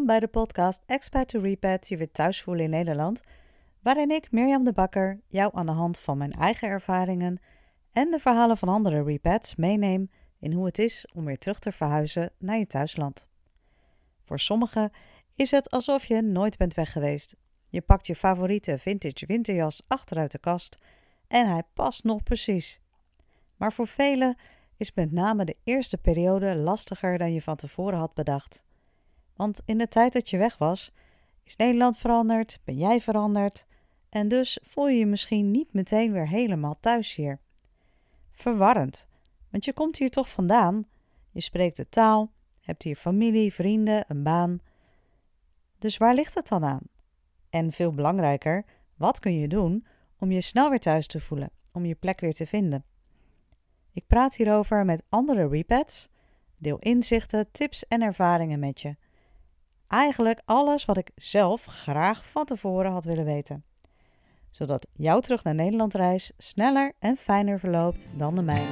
bij de podcast Expat to Repat, je weer thuis voelen in Nederland, waarin ik, Mirjam de Bakker, jou aan de hand van mijn eigen ervaringen en de verhalen van andere repats meeneem in hoe het is om weer terug te verhuizen naar je thuisland. Voor sommigen is het alsof je nooit bent weg geweest. Je pakt je favoriete vintage winterjas achteruit de kast en hij past nog precies. Maar voor velen is met name de eerste periode lastiger dan je van tevoren had bedacht. Want in de tijd dat je weg was, is Nederland veranderd, ben jij veranderd en dus voel je je misschien niet meteen weer helemaal thuis hier. Verwarrend, want je komt hier toch vandaan, je spreekt de taal, hebt hier familie, vrienden, een baan. Dus waar ligt het dan aan? En veel belangrijker, wat kun je doen om je snel weer thuis te voelen, om je plek weer te vinden? Ik praat hierover met andere repats, deel inzichten, tips en ervaringen met je. Eigenlijk alles wat ik zelf graag van tevoren had willen weten. Zodat jouw terug naar Nederland reis sneller en fijner verloopt dan de mijne.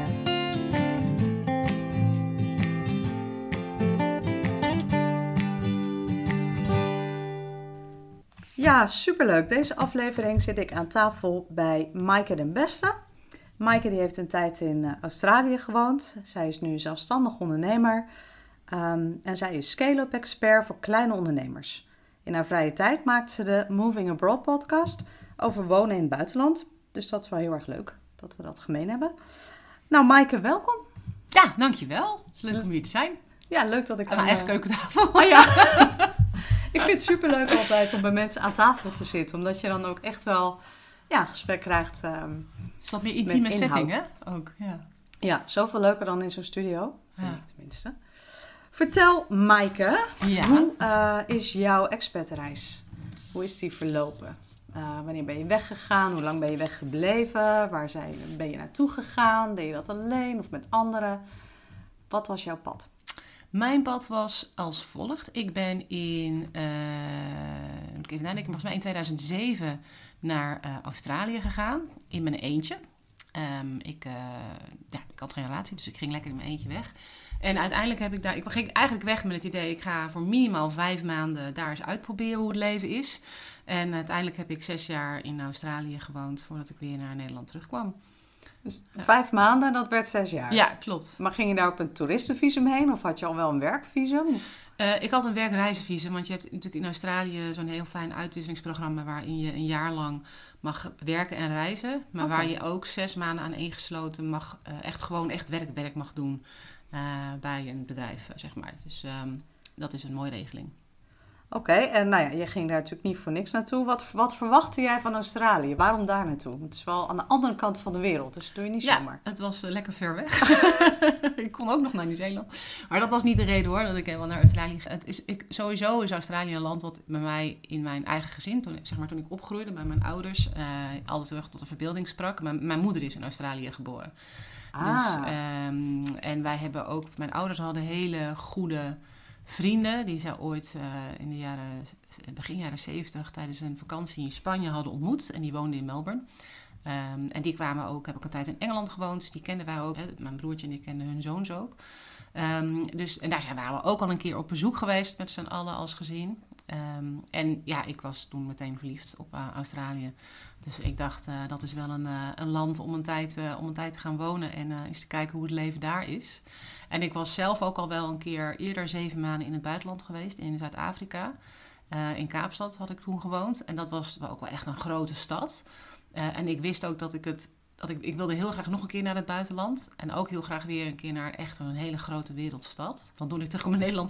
Ja, superleuk. Deze aflevering zit ik aan tafel bij Maaike den Beste. Maaike die heeft een tijd in Australië gewoond. Zij is nu zelfstandig ondernemer. En zij is scale-up expert voor kleine ondernemers. In haar vrije tijd maakt ze de Moving Abroad podcast over wonen in het buitenland. Dus dat is wel heel erg leuk dat we dat gemeen hebben. Nou Maaike, welkom. Ja, dankjewel. Leuk om hier te zijn. Ja, leuk dat ik aan mijn eigen keukentafel. Oh, ja. Ik vind het superleuk altijd om bij mensen aan tafel te zitten. Omdat je dan ook echt wel een gesprek krijgt. Is dat meer intieme setting, hè? Ook, ja, zoveel leuker dan in zo'n studio. Vind ik tenminste. Vertel Maaike, hoe is jouw expertreis? Hoe is die verlopen? Wanneer ben je weggegaan? Hoe lang ben je weggebleven? Waar ben je naartoe gegaan? Deed je dat alleen of met anderen? Wat was jouw pad? Mijn pad was als volgt. Ik ben volgens mij in 2007 naar Australië gegaan. In mijn eentje. Ik had geen relatie, dus ik ging lekker in mijn eentje weg. En uiteindelijk ging eigenlijk weg met het idee, ik ga voor minimaal 5 maanden daar eens uitproberen hoe het leven is. En uiteindelijk heb ik 6 jaar in Australië gewoond voordat ik weer naar Nederland terugkwam. Dus 5 maanden, dat werd 6 jaar? Ja, klopt. Maar ging je daar op een toeristenvisum heen of had je al wel een werkvisum? Ik had een werkreizenvisum, want je hebt natuurlijk in Australië zo'n heel fijn uitwisselingsprogramma waarin je een jaar lang mag werken en reizen. Maar waar je ook 6 maanden aan ingesloten mag, echt werk mag doen bij een bedrijf, zeg maar. Dus dat is een mooie regeling. Oké, en je ging daar natuurlijk niet voor niks naartoe. Wat verwachtte jij van Australië? Waarom daar naartoe? Het is wel aan de andere kant van de wereld, dus dat doe je niet zomaar. Ja, het was lekker ver weg. Ik kon ook nog naar Nieuw-Zeeland. Maar dat was niet de reden hoor, dat ik helemaal naar Australië ging. Sowieso is Australië een land wat bij mij in mijn eigen gezin, toen ik opgroeide bij mijn ouders, altijd terug tot de verbeelding sprak. Mijn moeder is in Australië geboren. Dus, en wij hebben ook, mijn ouders hadden hele goede vrienden die zij ooit in de begin jaren 70 tijdens een vakantie in Spanje hadden ontmoet. En die woonden in Melbourne. En die kwamen ook, heb ik een tijd in Engeland gewoond, dus die kenden wij ook. Hè, mijn broertje en ik kenden hun zoons ook. En daar waren we ook al een keer op bezoek geweest met z'n allen als gezin. Ik was toen meteen verliefd op Australië. Dus ik dacht, dat is wel een land om een tijd te gaan wonen en eens te kijken hoe het leven daar is. En ik was zelf ook al wel een keer eerder 7 maanden in het buitenland geweest, in Zuid-Afrika. In Kaapstad had ik toen gewoond en dat was ook wel echt een grote stad. En ik wist ook dat ik wilde heel graag nog een keer naar het buitenland. En ook heel graag weer een keer naar echt een hele grote wereldstad. Want toen ik terugkwam in Nederland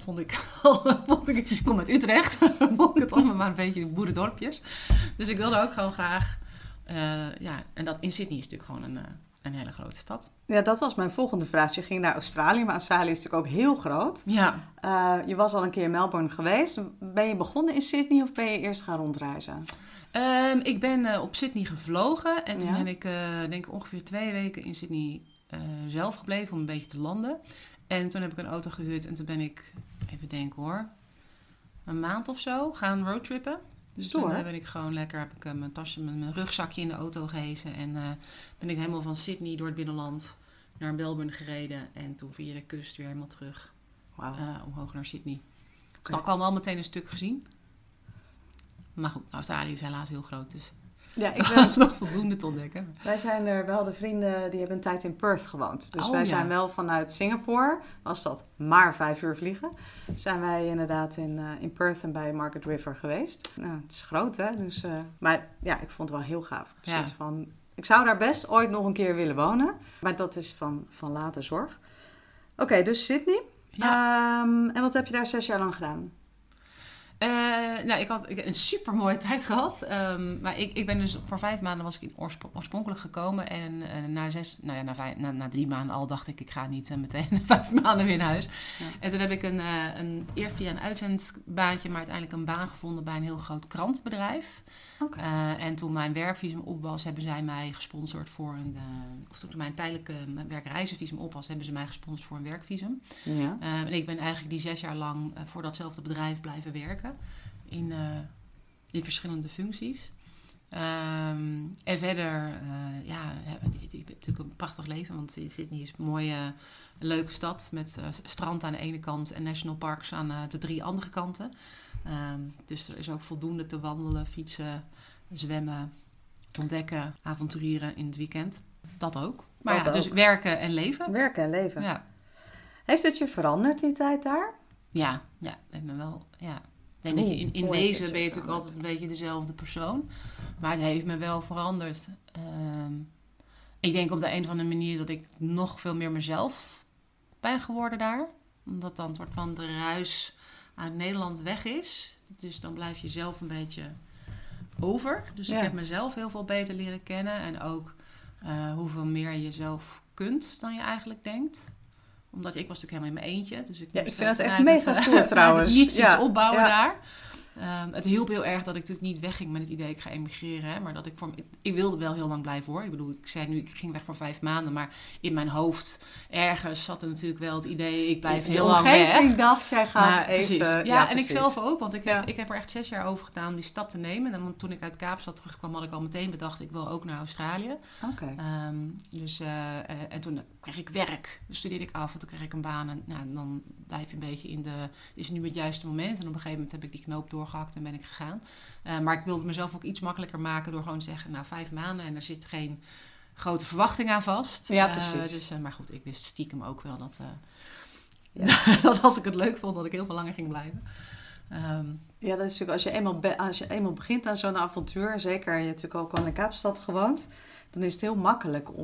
ik kom uit Utrecht, vond ik het allemaal maar een beetje boerendorpjes. Dus ik wilde ook gewoon graag, en dat in Sydney is natuurlijk gewoon een hele grote stad. Ja, dat was mijn volgende vraag. Je ging naar Australië, maar Australië is natuurlijk ook heel groot. Ja. Je was al een keer in Melbourne geweest. Ben je begonnen in Sydney of ben je eerst gaan rondreizen? Ik ben op Sydney gevlogen en toen heb ik denk ik ongeveer 2 weken in Sydney zelf gebleven om een beetje te landen. En toen heb ik een auto gehuurd en toen ben ik, even denken hoor, een maand of zo gaan roadtrippen. Dus toen ben ik gewoon lekker, heb ik mijn tasje, mijn rugzakje in de auto gehesen en ben ik helemaal van Sydney door het binnenland naar Melbourne gereden en toen via de kust weer helemaal terug omhoog naar Sydney. Dus dan kwam al meteen een stuk gezien. Maar goed, Australië is helaas heel groot, dus Ja, ik ben nog voldoende te ontdekken. Wij zijn er wel de vrienden die hebben een tijd in Perth gewoond. Dus wij zijn wel vanuit Singapore, was dat maar 5 uur vliegen, zijn wij inderdaad in Perth en bij Margaret River geweest. Nou, het is groot, hè? Dus, maar ja, ik vond het wel heel gaaf. Ik zou daar best ooit nog een keer willen wonen, maar dat is van later zorg. Oké, dus Sydney. Ja. En wat heb je daar 6 jaar lang gedaan? Ik had een super mooie tijd gehad. Maar ik ben dus voor 5 maanden was ik oorspronkelijk gekomen. En na 3 maanden al dacht ik ga niet meteen 5 maanden weer naar huis. Ja. En toen heb ik eerst via een uitzendbaantje, maar uiteindelijk een baan gevonden bij een heel groot krantenbedrijf. Okay. En toen mijn werkvisum op was, hebben zij mij gesponsord voor toen mijn tijdelijke werkreizenvisum op was, hebben ze mij gesponsord voor een werkvisum. Ja. En ik ben eigenlijk die 6 jaar lang voor datzelfde bedrijf blijven werken. In verschillende functies. En verder, ik heb natuurlijk een prachtig leven, want Sydney is een mooie, leuke stad met strand aan de ene kant en national parks aan de 3 andere kanten. Dus er is ook voldoende te wandelen, fietsen, zwemmen, ontdekken, avonturieren in het weekend. Dat ook. Maar dat dus ook. Werken en leven. Werken en leven. Ja. Heeft het je veranderd die tijd daar? Ja, heeft me wel, ja. Ik denk dat je in wezen ben je natuurlijk altijd een beetje dezelfde persoon. Maar het heeft me wel veranderd. Ik denk op de een of andere manier dat ik nog veel meer mezelf ben geworden daar. Omdat dan een soort van de ruis uit Nederland weg is. Dus dan blijf je zelf een beetje over. Dus ik heb mezelf heel veel beter leren kennen. En ook hoeveel meer je zelf kunt dan je eigenlijk denkt. Omdat ik was natuurlijk helemaal in mijn eentje. Dus ik vind het echt mega stoer trouwens. Niet iets opbouwen daar. Het hielp heel erg dat ik natuurlijk niet wegging met het idee ik ga emigreren. Hè, maar dat ik wilde wel heel lang blijven hoor. Ik bedoel, ik zei nu ik ging weg voor 5 maanden. Maar in mijn hoofd ergens zat er natuurlijk wel het idee ik blijf heel lang weg. Ik dacht jij gaat even... Precies. Ja, en precies. Ik zelf ook. Want ik heb er echt 6 jaar over gedaan om die stap te nemen. En dan, toen ik uit Kaapstad terugkwam had ik al meteen bedacht ik wil ook naar Australië. Okay. En toen kreeg ik werk. Dus studeerde ik af en toen kreeg ik een baan. En dan blijf je een beetje is nu het juiste moment. En op een gegeven moment heb ik die knoop doorgehakt en ben ik gegaan. Maar ik wilde mezelf ook iets makkelijker maken door gewoon te zeggen 5 maanden en er zit geen grote verwachting aan vast. Ja, precies. Maar goed, ik wist stiekem ook wel dat, dat als ik het leuk vond, dat ik heel veel langer ging blijven. Ja, dat is natuurlijk als je eenmaal begint aan zo'n avontuur, zeker je hebt natuurlijk ook al in Kaapstad gewoond, dan is het heel makkelijk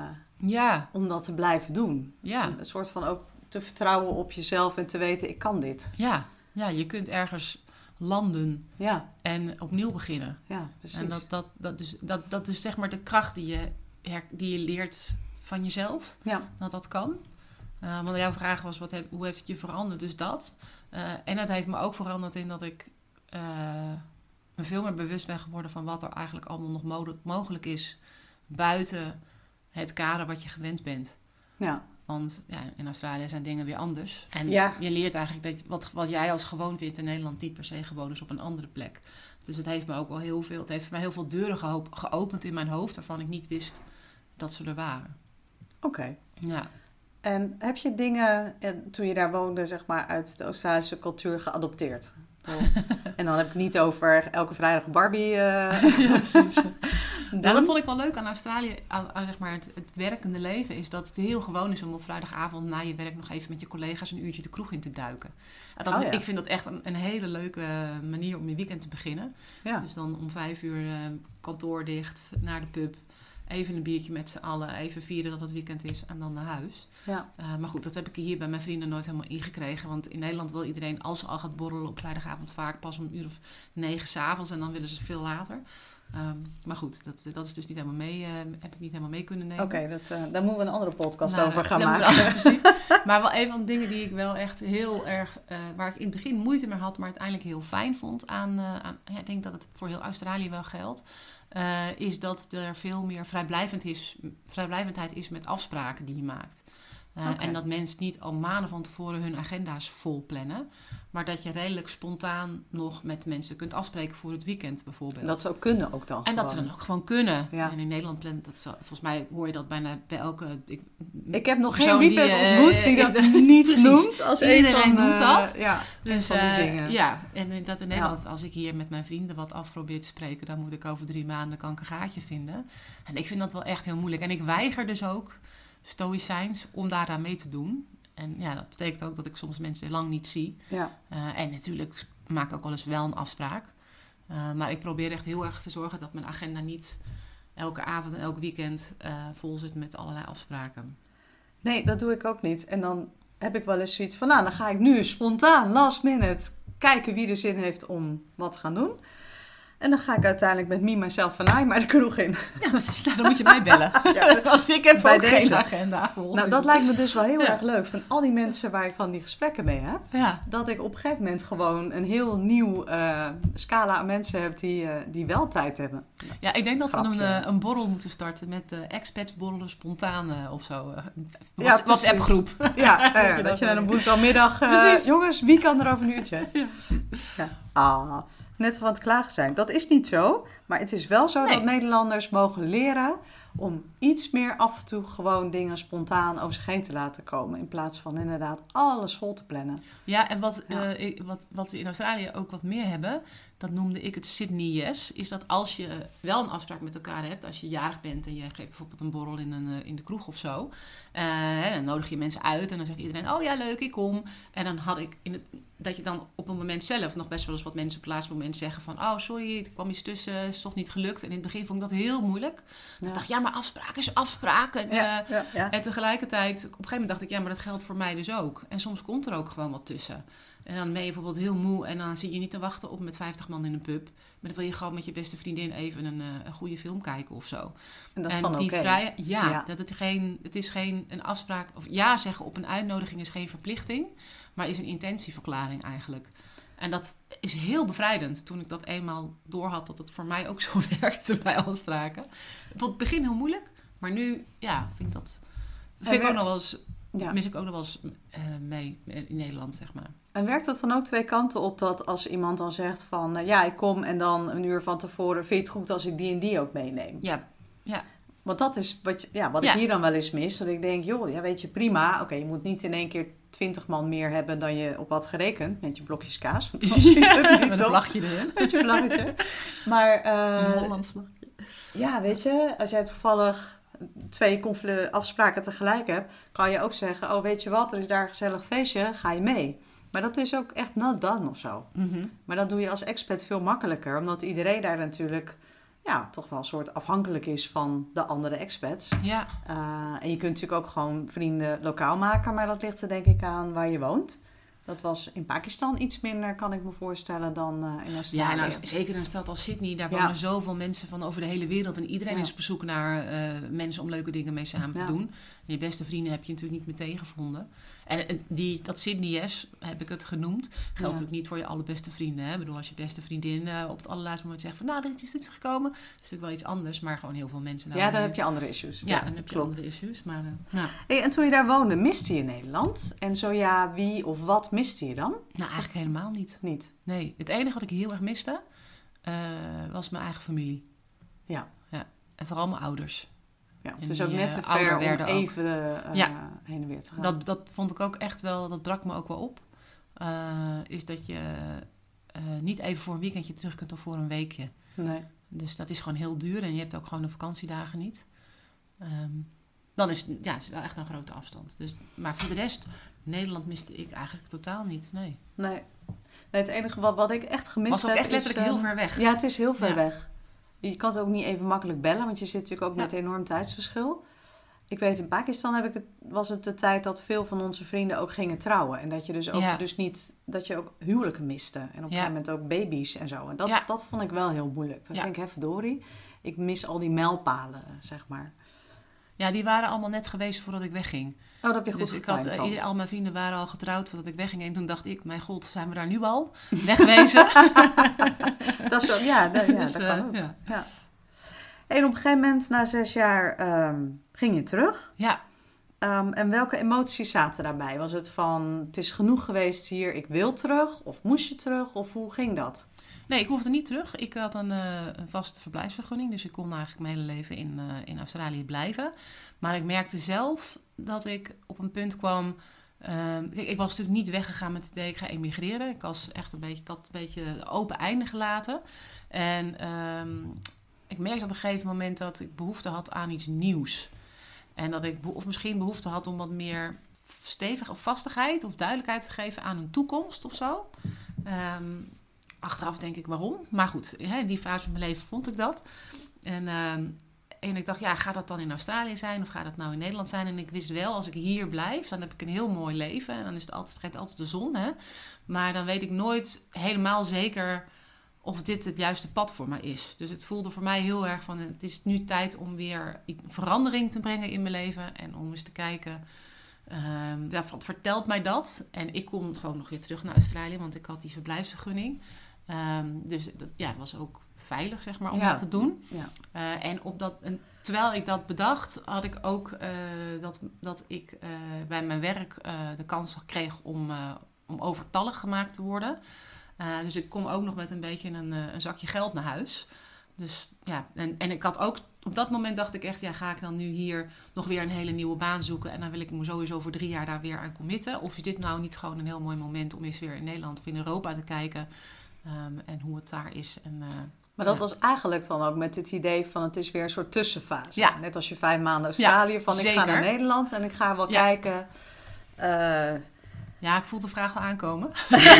om dat te blijven doen. Ja. Een soort van ook te vertrouwen op jezelf en te weten, ik kan dit. Ja, je kunt ergens landen en opnieuw beginnen. Ja, precies. En dat is zeg maar de kracht die je leert van jezelf. Ja. Dat kan. Want jouw vraag was, hoe heeft het je veranderd? Dus dat. En het heeft me ook veranderd in dat ik me veel meer bewust ben geworden van wat er eigenlijk allemaal nog mogelijk is buiten het kader wat je gewend bent. Ja. Want in Australië zijn dingen weer anders. En je leert eigenlijk dat wat jij als gewoon vindt in Nederland niet per se gewoon is op een andere plek. Dus het heeft me ook wel het heeft voor mij heel veel deuren geopend in mijn hoofd waarvan ik niet wist dat ze er waren. Oké. Ja. En heb je dingen, toen je daar woonde, zeg maar, uit de Australische cultuur geadopteerd? En dan heb ik niet over elke vrijdag Barbie. Ja, precies. Dat vond ik wel leuk aan Australië, aan zeg maar het werkende leven, is dat het heel gewoon is om op vrijdagavond na je werk nog even met je collega's een uurtje de kroeg in te duiken. Ik vind dat echt een hele leuke manier om je weekend te beginnen. Ja. Dus dan om 5 uur kantoor dicht, naar de pub. Even een biertje met z'n allen, even vieren dat het weekend is en dan naar huis. Ja. Maar goed, dat heb ik hier bij mijn vrienden nooit helemaal ingekregen. Want in Nederland wil iedereen, als ze al gaat borrelen op vrijdagavond, vaak pas om 9:00 s'avonds en dan willen ze veel later. Maar goed, dat is dus niet helemaal heb ik niet helemaal mee kunnen nemen. Oké, daar moeten we een andere podcast over gaan maken. Precies. Maar wel een van de dingen die ik wel echt heel erg, waar ik in het begin moeite mee had, maar uiteindelijk heel fijn vond ik denk dat het voor heel Australië wel geldt. Is dat er veel meer vrijblijvendheid is met afspraken die je maakt. En dat mensen niet al maanden van tevoren hun agenda's vol plannen. Maar dat je redelijk spontaan nog met mensen kunt afspreken voor het weekend bijvoorbeeld. En dat ze ook kunnen ook dan. En dat ze dan ook gewoon kunnen. Ja. En in Nederland plant dat volgens mij hoor je dat bijna bij elke... Ik heb nog geen repet ontmoet die dat niet precies. noemt. Als Iedereen noemt dat. Ja, dus van die dingen. Ja, en dat in Nederland, als ik hier met mijn vrienden wat af probeer te spreken, dan moet ik over 3 maanden kan ik een gaatje vinden. En ik vind dat wel echt heel moeilijk. En ik weiger dus ook stoïcijns om daaraan mee te doen. En ja, dat betekent ook dat ik soms mensen lang niet zie. Ja. En natuurlijk maak ik ook wel eens wel een afspraak. Maar ik probeer echt heel erg te zorgen dat mijn agenda niet elke avond en elk weekend vol zit met allerlei afspraken. Nee, dat doe ik ook niet. En dan heb ik wel eens zoiets van, nou, dan ga ik nu spontaan, last minute, kijken wie er zin heeft om wat te gaan doen. En dan ga ik uiteindelijk met me, myself en I maar de kroeg in. Ja, precies. Dan moet je mij bellen. Ja, want ik heb ook geen agenda. Nou, dat lijkt me dus wel heel erg leuk. Van al die mensen waar ik dan die gesprekken mee heb. Ja. Dat ik op een gegeven moment gewoon een heel nieuw scala aan mensen heb die wel tijd hebben. Ja, ik denk dat we een borrel moeten starten met expats borrelen spontaan of zo. WhatsApp-groep. Ja, dat je dan een woensdagmiddag... jongens, wie kan er over een uurtje? Ja. Net van het klagen zijn. Dat is niet zo. Maar het is wel zo dat Nederlanders mogen leren om iets meer af en toe gewoon dingen spontaan over zich heen te laten komen. In plaats van inderdaad alles vol te plannen. Ja, en wat we in Australië ook wat meer hebben, dat noemde ik het Sydney Yes, is dat als je wel een afspraak met elkaar hebt, als je jarig bent en je geeft bijvoorbeeld een borrel in de kroeg of zo, dan nodig je mensen uit en dan zegt iedereen, oh ja leuk, ik kom. En dan had ik dat je dan op een moment zelf nog best wel eens wat mensen op het laatste moment zeggen van, oh sorry, er kwam iets tussen, is toch niet gelukt. En in het begin vond ik dat heel moeilijk. Ja. Ik dacht, ja, maar afspraak is afspraak. En tegelijkertijd, op een gegeven moment dacht ik, ja, maar dat geldt voor mij dus ook. En soms komt er ook gewoon wat tussen. En dan ben je bijvoorbeeld heel moe en dan zit je niet te wachten op met 50 man in een pub. Maar dan wil je gewoon met je beste vriendin even een goede film kijken of zo. En dat is dan oké. Dat het is geen een afspraak, of ja zeggen op een uitnodiging is geen verplichting, maar is een intentieverklaring eigenlijk. En dat is heel bevrijdend toen ik dat eenmaal doorhad dat het voor mij ook zo werkte bij afspraken. Op het begin heel moeilijk, maar nu vind ik ook nog wel eens... Ja. Mis ik ook nog wel eens mee in Nederland, zeg maar. En werkt dat dan ook 2 kanten op dat als iemand dan zegt van... ik kom en dan een uur van tevoren... vind je het goed als ik die en die ook meeneem? Ja. Want dat is wat ik hier dan wel eens mis. Dat ik denk, weet je, prima. Oké, je moet niet in één keer 20 man meer hebben dan je op had gerekend. Met je blokjes kaas. Want dan schiet het niet met een vlagje erin. Met je vlaggetje. Maar... een Hollands vlagje. Ja, weet je, als jij toevallig... 2 afspraken tegelijk hebt, kan je ook zeggen, oh weet je wat, er is daar een gezellig feestje, ga je mee. Maar dat is ook echt not done of zo. Mm-hmm. Maar dat doe je als expat veel makkelijker, omdat iedereen daar natuurlijk toch wel een soort afhankelijk is van de andere expats. Ja. En je kunt natuurlijk ook gewoon vrienden lokaal maken, maar dat ligt er denk ik aan waar je woont. Dat was in Pakistan iets minder, kan ik me voorstellen, dan in Australië. Ja, zeker in een stad als Sydney. Daar wonen zoveel mensen van over de hele wereld. En iedereen is op zoek naar mensen om leuke dingen mee samen te doen. En je beste vrienden heb je natuurlijk niet meteen gevonden. En dat Sydney-yes, heb ik het genoemd, geldt natuurlijk niet voor je allerbeste vrienden. Hè? Ik bedoel, als je beste vriendin op het allerlaatste moment zegt van, nou, er is dit gekomen. Dat is natuurlijk wel iets anders, maar gewoon heel veel mensen. Dan heb je andere issues. Ja, dan heb je andere issues. Maar, Hey, en toen je daar woonde, miste je Nederland? En zo ja, wie of wat miste je dan? Nou, eigenlijk helemaal niet. Nee, het enige wat ik heel erg miste, was mijn eigen familie. Ja. En vooral mijn ouders. Ja, het is ook net te ver om even heen en weer te gaan. Dat vond ik ook echt wel, dat brak me ook wel op. Is dat je niet even voor een weekendje terug kunt of voor een weekje. Nee. Dus dat is gewoon heel duur en je hebt ook gewoon de vakantiedagen niet. Dan is het wel echt een grote afstand. Dus, maar voor de rest, Nederland miste ik eigenlijk totaal niet. Nee, het enige wat ik echt gemist heb... Was ook echt letterlijk heel ver weg. Ja, het is heel ver weg. Je kan het ook niet even makkelijk bellen, want je zit natuurlijk ook met een enorm tijdsverschil. Ik weet, in Pakistan was het de tijd dat veel van onze vrienden ook gingen trouwen. En dat je dus ook dat je ook huwelijken miste. En op een gegeven moment ook baby's en zo. En dat vond ik wel heel moeilijk. Dan denk ik, verdorie, ik mis al die mijlpalen, zeg maar. Ja, die waren allemaal net geweest voordat ik wegging. Oh, dat heb je goed gedaan. Al mijn vrienden waren al getrouwd voordat ik wegging. En toen dacht ik, mijn god, zijn we daar nu al? Wegwezen. Dat is zo, dat kan ook. En op een gegeven moment, na 6 jaar, ging je terug. Ja. En welke emoties zaten daarbij? Was het van, het is genoeg geweest hier, ik wil terug? Of moest je terug? Of hoe ging dat? Nee, ik hoefde niet terug. Ik had een vaste verblijfsvergunning. Dus ik kon eigenlijk mijn hele leven in Australië blijven. Maar ik merkte zelf dat ik op een punt kwam... ik was natuurlijk niet weggegaan met het idee, ik ga emigreren. Ik had een beetje open einde gelaten. En ik merkte op een gegeven moment dat ik behoefte had aan iets nieuws. En dat ik misschien behoefte had om wat meer stevig of vastigheid of duidelijkheid te geven aan een toekomst of zo. Achteraf denk ik waarom. Maar goed, in die fase van mijn leven vond ik dat. En ik dacht, gaat dat dan in Australië zijn of gaat dat nou in Nederland zijn? En ik wist wel, als ik hier blijf, dan heb ik een heel mooi leven. En dan is het schijnt altijd de zon. Hè? Maar dan weet ik nooit helemaal zeker of dit het juiste pad voor mij is. Dus het voelde voor mij heel erg van, het is nu tijd om weer verandering te brengen in mijn leven. En om eens te kijken, wat vertelt mij dat? En ik kon gewoon nog weer terug naar Australië, want ik had die verblijfsvergunning. Dus dat was ook veilig, zeg maar, om dat te doen. Ja. En terwijl ik dat bedacht, had ik ook dat ik bij mijn werk de kans kreeg om overtallig gemaakt te worden. Dus ik kom ook nog met een beetje een zakje geld naar huis. Dus ja, en ik had ook, op dat moment dacht ik echt, ga ik dan nu hier nog weer een hele nieuwe baan zoeken en dan wil ik me sowieso voor 3 jaar daar weer aan committen? Of is dit nou niet gewoon een heel mooi moment om eens weer in Nederland of in Europa te kijken en hoe het daar is? Maar dat was eigenlijk dan ook met het idee van het is weer een soort tussenfase. Ja. Net als je 5 maanden Australië, van zeker. Ik ga naar Nederland en ik ga wel kijken. Ja, ik voel de vraag al aankomen.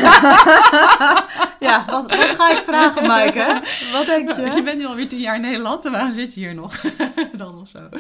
Wat ga ik vragen, Maaike? Wat denk je? Dus je bent nu alweer 10 jaar in Nederland en waarom zit je hier nog? Dan of zo.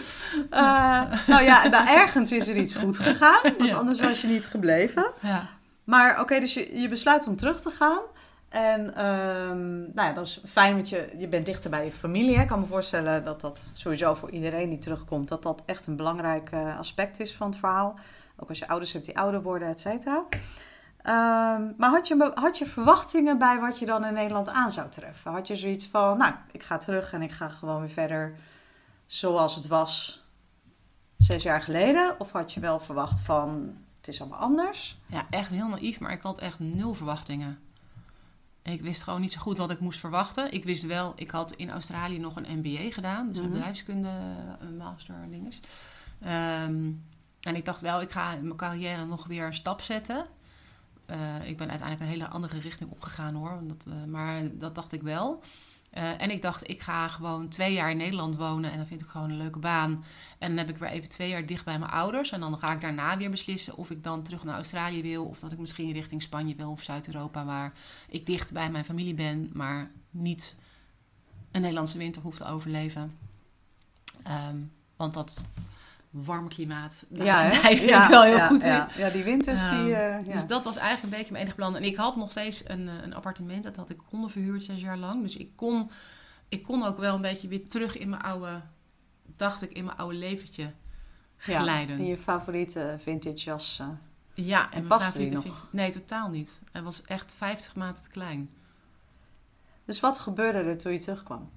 Ergens is er iets goed gegaan, want anders was je niet gebleven. Ja. Maar oké, dus je besluit om terug te gaan. En dat is fijn, want je bent dichter bij je familie. Hè? Ik kan me voorstellen dat sowieso voor iedereen die terugkomt, dat echt een belangrijk aspect is van het verhaal. Ook als je ouders hebt die ouder worden, et cetera. Maar had je verwachtingen bij wat je dan in Nederland aan zou treffen? Had je zoiets van, ik ga terug en ik ga gewoon weer verder zoals het was 6 jaar geleden? Of had je wel verwacht van, het is allemaal anders? Ja, echt heel naïef, maar ik had echt 0 verwachtingen. Ik wist gewoon niet zo goed wat ik moest verwachten. Ik wist wel, ik had in Australië nog een MBA gedaan. Dus een bedrijfskunde, een master dinges. En ik dacht wel, ik ga in mijn carrière nog weer een stap zetten. Ik ben uiteindelijk een hele andere richting opgegaan hoor. Maar dat dacht ik wel. En ik dacht, ik ga gewoon 2 jaar in Nederland wonen. En dan vind ik gewoon een leuke baan. En dan heb ik weer even 2 jaar dicht bij mijn ouders. En dan ga ik daarna weer beslissen of ik dan terug naar Australië wil. Of dat ik misschien richting Spanje wil of Zuid-Europa. Waar ik dicht bij mijn familie ben. Maar niet een Nederlandse winter hoef te overleven. Want dat warme klimaat, daar vind ik wel heel goed in. Ja, die winters. Dus dat was eigenlijk een beetje mijn enige plan. En ik had nog steeds een appartement, dat had ik onderverhuurd 6 jaar lang. Dus ik kon ook wel een beetje weer terug in mijn oude leventje glijden. In je favoriete vintage jas. Ja, en past die nog? Nee, totaal niet. Hij was echt 50 maten te klein. Dus wat gebeurde er toen je terugkwam?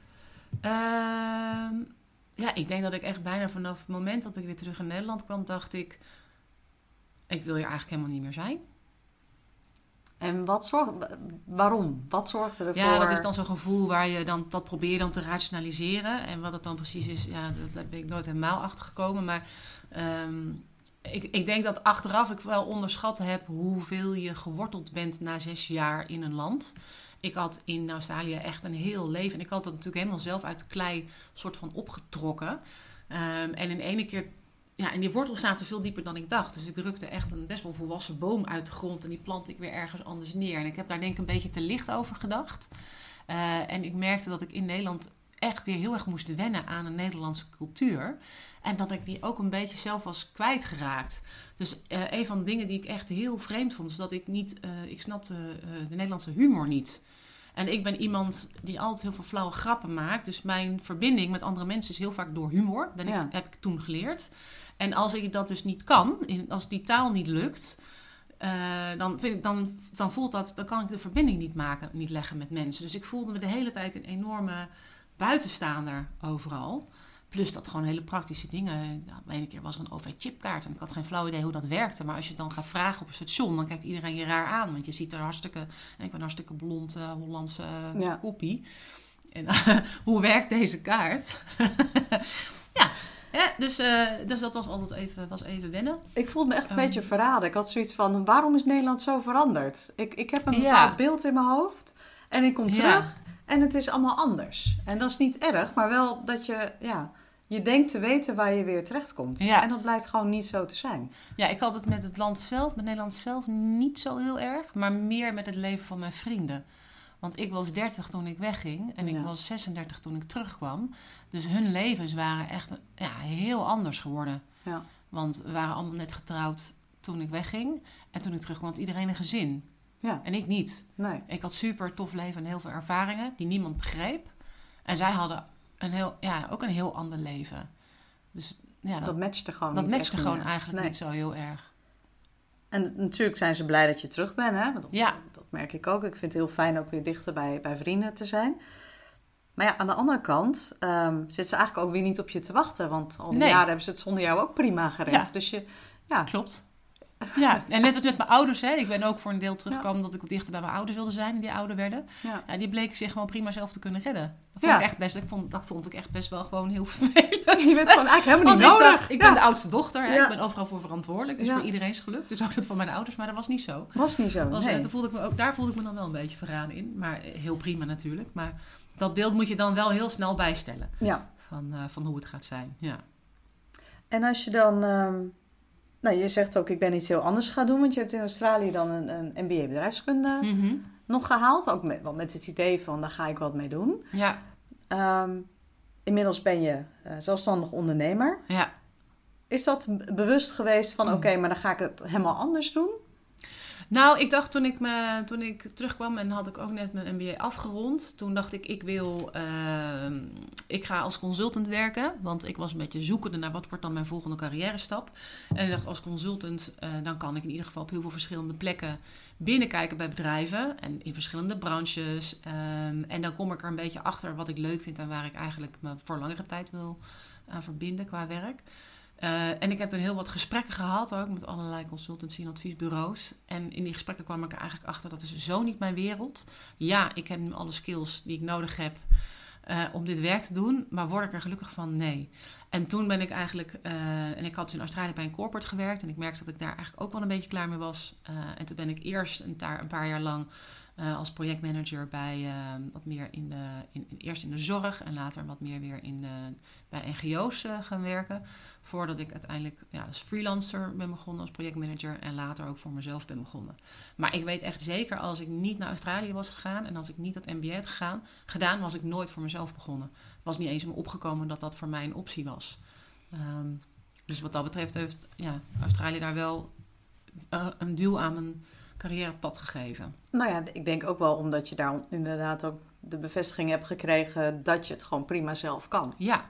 Ik denk dat ik echt bijna vanaf het moment dat ik weer terug in Nederland kwam, dacht ik wil hier eigenlijk helemaal niet meer zijn. En waarom? Wat zorgde ervoor? Ja, dat is dan zo'n gevoel waar je dan, dat probeer je dan te rationaliseren. En wat het dan precies is, daar ben ik nooit helemaal achter gekomen. Maar ik denk dat achteraf ik wel onderschat heb hoeveel je geworteld bent na 6 jaar in een land. Ik had in Australië echt een heel leven. En ik had dat natuurlijk helemaal zelf uit de klei soort van opgetrokken. En in ene keer, en die wortels zaten veel dieper dan ik dacht. Dus ik rukte echt een best wel volwassen boom uit de grond. En die plantte ik weer ergens anders neer. En ik heb daar denk ik een beetje te licht over gedacht. En ik merkte dat ik in Nederland echt weer heel erg moest wennen aan een Nederlandse cultuur. En dat ik die ook een beetje zelf was kwijtgeraakt. Dus een van de dingen die ik echt heel vreemd vond, is dat ik ik snapte de Nederlandse humor niet. En ik ben iemand die altijd heel veel flauwe grappen maakt. Dus mijn verbinding met andere mensen is heel vaak door humor. Heb ik toen geleerd. En als ik dat dus niet kan, als die taal niet lukt, dan voelt dat, dan kan ik de verbinding niet leggen met mensen. Dus ik voelde me de hele tijd een enorme buitenstaander overal. Plus dat gewoon hele praktische dingen. De ene keer was er een OV-chipkaart en ik had geen flauw idee hoe dat werkte. Maar als je het dan gaat vragen op een station, dan kijkt iedereen je raar aan. Want je ziet er ik ben hartstikke blond Hollandse koppie. En hoe werkt deze kaart? Dus dat was altijd even wennen. Ik voelde me echt een beetje verraden. Ik had zoiets van, waarom is Nederland zo veranderd? Ik heb een bepaald beeld in mijn hoofd en ik kom terug en het is allemaal anders. En dat is niet erg, maar wel dat je denkt te weten waar je weer terechtkomt. Ja. En dat blijkt gewoon niet zo te zijn. Ja, ik had het met het land zelf, met Nederland zelf, niet zo heel erg. Maar meer met het leven van mijn vrienden. Want ik was 30 toen ik wegging. En ik was 36 toen ik terugkwam. Dus hun levens waren echt heel anders geworden. Ja. Want we waren allemaal net getrouwd toen ik wegging. En toen ik terugkwam had iedereen een gezin. Ja. En ik niet. Nee. Ik had super tof leven en heel veel ervaringen die niemand begreep. En zij hadden ook een heel ander leven. Dus dat matchte gewoon niet. Dat matchte gewoon meer. Eigenlijk niet zo heel erg. En natuurlijk zijn ze blij dat je terug bent. Hè? Dat merk ik ook. Ik vind het heel fijn ook weer dichter bij vrienden te zijn. Maar aan de andere kant zit ze eigenlijk ook weer niet op je te wachten. Want al die jaren hebben ze het zonder jou ook prima gered. Ja. Dus Klopt. Ja, en net als met mijn ouders. Hè. Ik ben ook voor een deel teruggekomen dat ik wat dichter bij mijn ouders wilde zijn. Die ouder werden. Ja, die bleken zich gewoon prima zelf te kunnen redden. Dat vond ik echt best wel gewoon heel vervelend. Je bent gewoon eigenlijk helemaal niet nodig. Ik ben de oudste dochter. Hè. Ik ben overal voor verantwoordelijk. Dus voor iedereen's geluk. Dus ook dat van mijn ouders. Maar dat was niet zo. Daar voelde ik me dan wel een beetje verraden in. Maar heel prima natuurlijk. Maar dat beeld moet je dan wel heel snel bijstellen. Ja. Van hoe het gaat zijn. Ja. En als je dan... je zegt ook, ik ben iets heel anders gaan doen. Want je hebt in Australië dan een MBA bedrijfskunde nog gehaald. Ook met het idee van, daar ga ik wat mee doen. Ja. Inmiddels ben je zelfstandig ondernemer. Ja. Is dat bewust geweest van, oké, maar dan ga ik het helemaal anders doen? Nou, ik dacht toen ik terugkwam en had ik ook net mijn MBA afgerond. Toen dacht ik, ik ga als consultant werken. Want ik was een beetje zoekende naar wat wordt dan mijn volgende carrière stap. En ik dacht, als consultant, dan kan ik in ieder geval op heel veel verschillende plekken binnenkijken bij bedrijven. En in verschillende branches. En dan kom ik er een beetje achter wat ik leuk vind en waar ik eigenlijk me voor langere tijd wil aan verbinden qua werk. En ik heb toen heel wat gesprekken gehad, ook met allerlei consultancy en adviesbureaus. En in die gesprekken kwam ik er eigenlijk achter, dat is zo niet mijn wereld. Ja, ik heb nu alle skills die ik nodig heb om dit werk te doen, maar word ik er gelukkig van? Nee. En toen ben ik eigenlijk, en ik had dus in Australië bij een corporate gewerkt en ik merkte dat ik daar eigenlijk ook wel een beetje klaar mee was. En toen ben ik eerst een paar jaar lang als projectmanager bij wat meer eerst in de zorg en later wat meer weer bij NGO's gaan werken. Voordat ik uiteindelijk als freelancer ben begonnen, als projectmanager en later ook voor mezelf ben begonnen. Maar ik weet echt zeker, als ik niet naar Australië was gegaan en als ik niet dat MBA had gedaan, was ik nooit voor mezelf begonnen. Het was niet eens me opgekomen dat dat voor mij een optie was. Dus wat dat betreft heeft Australië daar wel een duw aan mijn carrièrepad gegeven. Nou ja, ik denk ook wel omdat je daar inderdaad ook de bevestiging hebt gekregen dat je het gewoon prima zelf kan. Ja.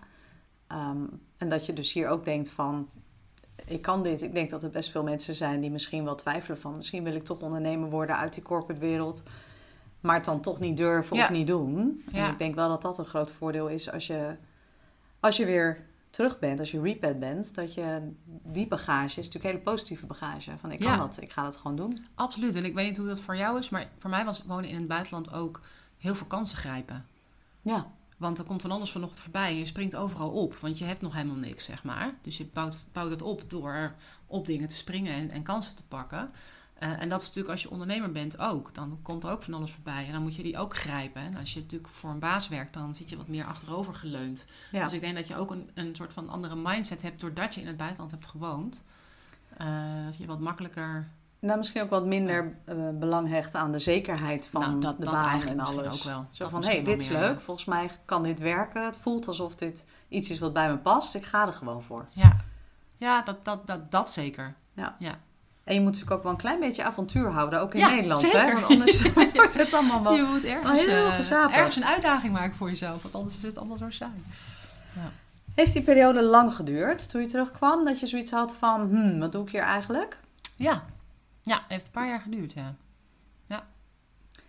En dat je dus hier ook denkt van, ik kan dit. Ik denk dat er best veel mensen zijn die misschien wel twijfelen van, misschien wil ik toch ondernemer worden uit die corporate wereld, maar het dan toch niet durven of niet doen. Ja. En ik denk wel dat dat een groot voordeel is als je weer terug bent, als je repat bent, dat je die bagage is natuurlijk hele positieve bagage. Van ik kan dat, ik ga dat gewoon doen. Absoluut. En ik weet niet hoe dat voor jou is, maar voor mij was wonen in het buitenland ook heel veel kansen grijpen. Ja. Want er komt van alles vanochtend voorbij en je springt overal op, want je hebt nog helemaal niks, zeg maar. Dus je bouwt het op door op dingen te springen en kansen te pakken. En dat is natuurlijk als je ondernemer bent ook. Dan komt er ook van alles voorbij. En dan moet je die ook grijpen. En als je natuurlijk voor een baas werkt, dan zit je wat meer achterover geleund. Ja. Dus ik denk dat je ook een soort van andere mindset hebt doordat je in het buitenland hebt gewoond. Dat je wat makkelijker... Nou, misschien ook wat minder belang hecht aan de zekerheid van de baan en alles. Ook wel. Zo van, dit is leuk. Volgens mij kan dit werken. Het voelt alsof dit iets is wat bij me past. Ik ga er gewoon voor. Ja, dat zeker. Ja. En je moet natuurlijk ook wel een klein beetje avontuur houden, ook in Nederland. Zeker. Hè? Want anders wordt het allemaal wel je moet ergens een uitdaging maken voor jezelf, want anders is het allemaal zo saai. Ja. Heeft die periode lang geduurd toen je terugkwam? Dat je zoiets had van, wat doe ik hier eigenlijk? Ja, heeft een paar jaar geduurd, ja.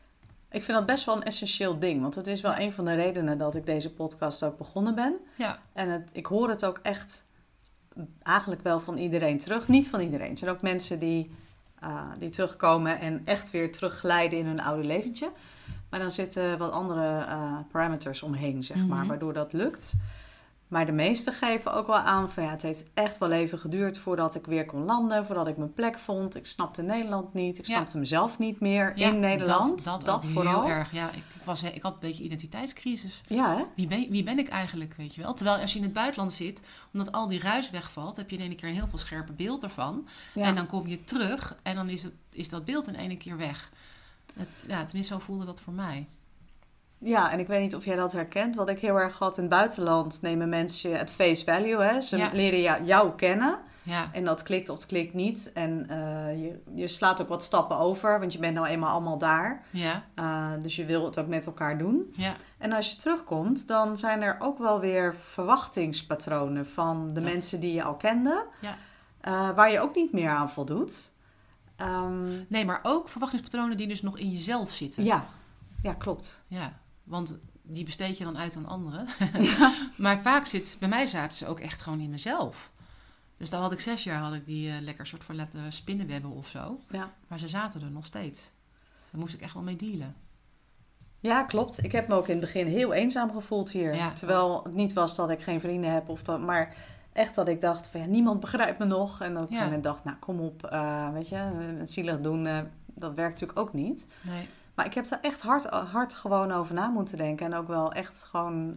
Ik vind dat best wel een essentieel ding. Want het is wel een van de redenen dat ik deze podcast ook begonnen ben. Ja. En ik hoor het ook echt eigenlijk wel van iedereen terug. Niet van iedereen. Er zijn ook mensen die terugkomen en echt weer terugglijden in hun oude leventje. Maar dan zitten wat andere parameters omheen, zeg maar, waardoor dat lukt. Maar de meesten geven ook wel aan van het heeft echt wel even geduurd voordat ik weer kon landen, voordat ik mijn plek vond. Ik snapte Nederland niet, ik snapte mezelf niet meer in Nederland. Dat vooral. Heel erg, ja. Ik had een beetje identiteitscrisis. Ja, hè? Wie ben ik eigenlijk, weet je wel? Terwijl als je in het buitenland zit, omdat al die ruis wegvalt, heb je in één keer een heel veel scherper beeld ervan. Ja. En dan kom je terug en dan is dat beeld in één keer weg. Tenminste, zo voelde dat voor mij. Ja, en ik weet niet of jij dat herkent. Wat ik heel erg had in het buitenland, nemen mensen je het face value. Hè? Ze leren jou kennen. Ja. En dat klikt of het klikt niet. En je slaat ook wat stappen over, want je bent nou eenmaal allemaal daar. Ja. Dus je wil het ook met elkaar doen. Ja. En als je terugkomt, dan zijn er ook wel weer verwachtingspatronen van de mensen die je al kende. Ja. Waar je ook niet meer aan voldoet. Nee, maar ook verwachtingspatronen die dus nog in jezelf zitten. Ja, klopt. Ja, want die besteed je dan uit aan anderen. Ja. Maar vaak bij mij zaten ze ook echt gewoon in mezelf. Dus dan had ik 6 jaar die lekker soort van laten spinnenwebben of zo. Ja. Maar ze zaten er nog steeds. Dus daar moest ik echt wel mee dealen. Ja, klopt. Ik heb me ook in het begin heel eenzaam gevoeld hier. Ja, terwijl het niet was dat ik geen vrienden heb. Maar echt dat ik dacht van niemand begrijpt me nog. En dat ik op een moment dacht, nou kom op, weet je, het zielig doen, dat werkt natuurlijk ook niet. Nee. Maar ik heb er echt hard gewoon over na moeten denken. En ook wel echt gewoon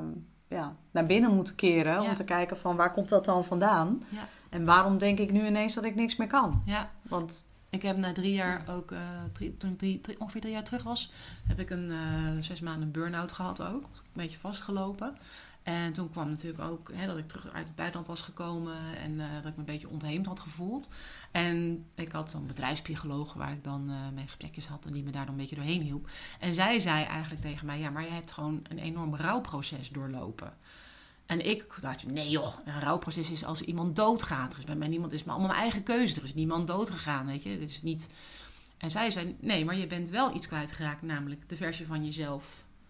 naar binnen moeten keren. Ja. Om te kijken van waar komt dat dan vandaan? Ja. En waarom denk ik nu ineens dat ik niks meer kan? Ja. Want ik heb na 3 jaar ook, toen ik ongeveer 3 jaar terug was, heb ik 6 maanden een burn-out gehad ook. Was een beetje vastgelopen. En toen kwam natuurlijk ook dat ik terug uit het buitenland was gekomen en dat ik me een beetje ontheemd had gevoeld. En ik had zo'n bedrijfspsycholoog waar ik dan mijn gesprekjes had en die me daar dan een beetje doorheen hielp. En zij zei eigenlijk tegen mij, ja, maar je hebt gewoon een enorm rouwproces doorlopen. En ik dacht, nee joh, een rouwproces is als iemand doodgaat. Er is bij mij niemand, het is maar allemaal mijn eigen keuze. Er is niemand doodgegaan, weet je. Dit is niet. En zij zei, nee, maar je bent wel iets kwijtgeraakt, namelijk de versie van jezelf